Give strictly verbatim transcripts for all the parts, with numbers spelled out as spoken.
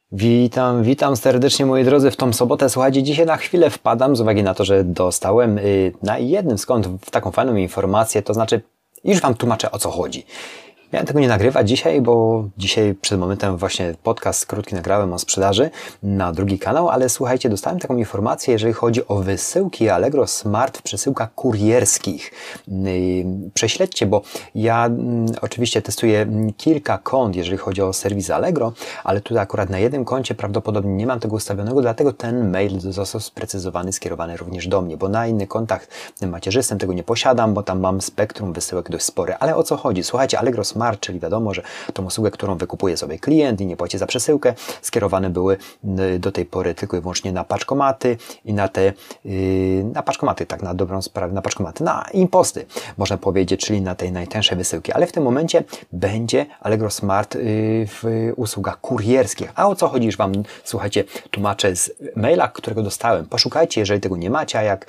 Witam, witam serdecznie moi drodzy w tą sobotę. Słuchajcie, dzisiaj na chwilę wpadam z uwagi na to, że dostałem yy, na jednym z kont taką fajną informację, to znaczy już Wam tłumaczę, o co chodzi. Miałem tego nie nagrywać dzisiaj, bo dzisiaj przed momentem właśnie podcast krótki nagrałem o sprzedaży na drugi kanał, ale słuchajcie, dostałem taką informację, jeżeli chodzi o wysyłki Allegro Smart w przesyłkach kurierskich. Prześledźcie, bo ja oczywiście testuję kilka kont, jeżeli chodzi o serwis Allegro, ale tutaj akurat na jednym koncie prawdopodobnie nie mam tego ustawionego, dlatego ten mail został sprecyzowany, skierowany również do mnie, bo na innych kontach macierzystym tego nie posiadam, bo tam mam spektrum wysyłek dość spore. Ale o co chodzi? Słuchajcie, Allegro Smart Smart, czyli wiadomo, że tą usługę, którą wykupuje sobie klient i nie płaci za przesyłkę, skierowane były do tej pory tylko i wyłącznie na paczkomaty i na te, na paczkomaty, tak na dobrą sprawę, na paczkomaty, na imposty, można powiedzieć, czyli na tej najtańszej wysyłki. Ale w tym momencie będzie Allegro Smart w usługach kurierskich. A o co chodzi, już Wam, słuchajcie, tłumaczę z maila, którego dostałem. Poszukajcie, jeżeli tego nie macie, a jak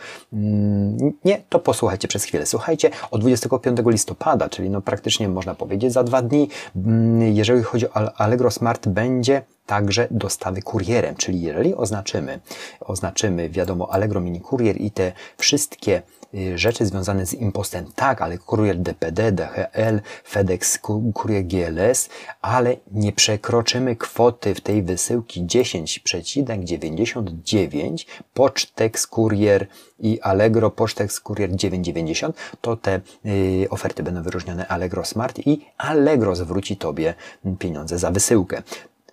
nie, to posłuchajcie przez chwilę. Słuchajcie, od dwudziestego piątego listopada, czyli no praktycznie można powiedzieć za dwa dni, jeżeli chodzi o Allegro Smart, będzie także dostawy kurierem, czyli jeżeli oznaczymy, oznaczymy, wiadomo, Allegro Mini Kurier i te wszystkie rzeczy związane z impostem, tak, ale kurier D P D, D H L, FedEx, kurier G L S, ale nie przekroczymy kwoty w tej wysyłki dziesięć przecinek dziewięćdziesiąt dziewięć, Pocztex Kurier i Allegro Pocztex Kurier dziewięć dziewięćdziesiąt, to te y, oferty będą wyróżnione Allegro Smart i Allegro zwróci Tobie pieniądze za wysyłkę.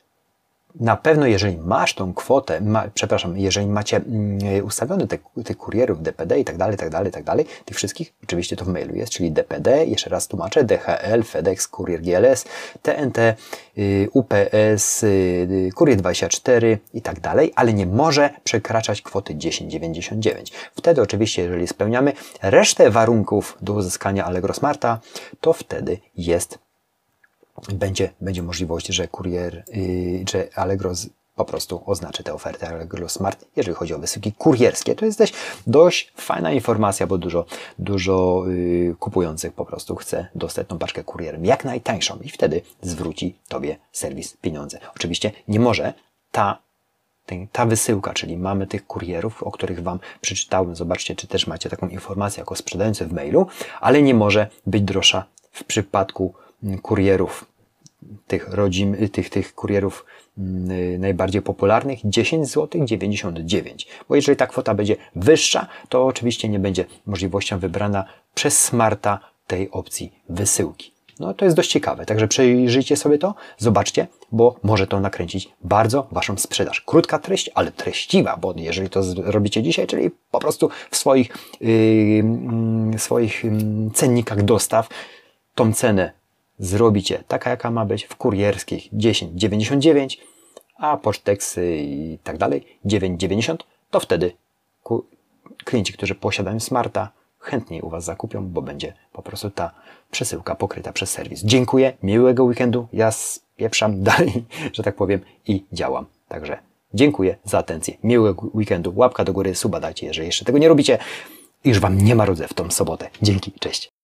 Na pewno, jeżeli masz tą kwotę, ma, przepraszam, jeżeli macie y, ustawione te, tych kurierów D P D i tak dalej, tak dalej, tak dalej, tych wszystkich, oczywiście to w mailu jest, czyli D P D, jeszcze raz tłumaczę, D H L, FedEx, Kurier G L S, T N T, y, U P S, y, Kurier dwadzieścia cztery i tak dalej, ale nie może przekraczać kwoty dziesięć dziewięćdziesiąt dziewięć. Wtedy oczywiście, jeżeli spełniamy resztę warunków do uzyskania Allegro Smarta, to wtedy jest Będzie, będzie możliwość, że kurier, yy, że Allegro z, po prostu oznaczy tę ofertę Allegro Smart, jeżeli chodzi o wysyłki kurierskie. To jest dość, dość fajna informacja, bo dużo, dużo yy, kupujących po prostu chce dostać tą paczkę kurierem jak najtańszą i wtedy zwróci Tobie serwis pieniądze. Oczywiście nie może ta Ta wysyłka, czyli mamy tych kurierów, o których Wam przeczytałem, zobaczcie, czy też macie taką informację jako sprzedający w mailu, ale nie może być droższa w przypadku kurierów, tych rodzim, tych, tych kurierów yy, najbardziej popularnych, dziesięć złotych dziewięćdziesiąt dziewięć. Bo jeżeli ta kwota będzie wyższa, to oczywiście nie będzie możliwością wybrana przez Smarta tej opcji wysyłki. No to jest dość ciekawe, także przejrzyjcie sobie to, zobaczcie, bo może to nakręcić bardzo Waszą sprzedaż. Krótka treść, ale treściwa, bo jeżeli to robicie dzisiaj, czyli po prostu w swoich, yy, yy, swoich yy, cennikach dostaw, tą cenę zrobicie taka, jaka ma być w kurierskich dziesięć dziewięćdziesiąt dziewięć, a Poczteksy i tak dalej dziewięć dziewięćdziesiąt, to wtedy klienci, którzy posiadają Smarta, chętniej u Was zakupią, bo będzie po prostu ta przesyłka pokryta przez serwis. Dziękuję, miłego weekendu, ja spieprzam dalej, że tak powiem, i działam. Także dziękuję za atencję, miłego weekendu, łapka do góry, suba dajcie, jeżeli jeszcze tego nie robicie. I już Wam nie marudzę w tą sobotę. Dzięki, cześć.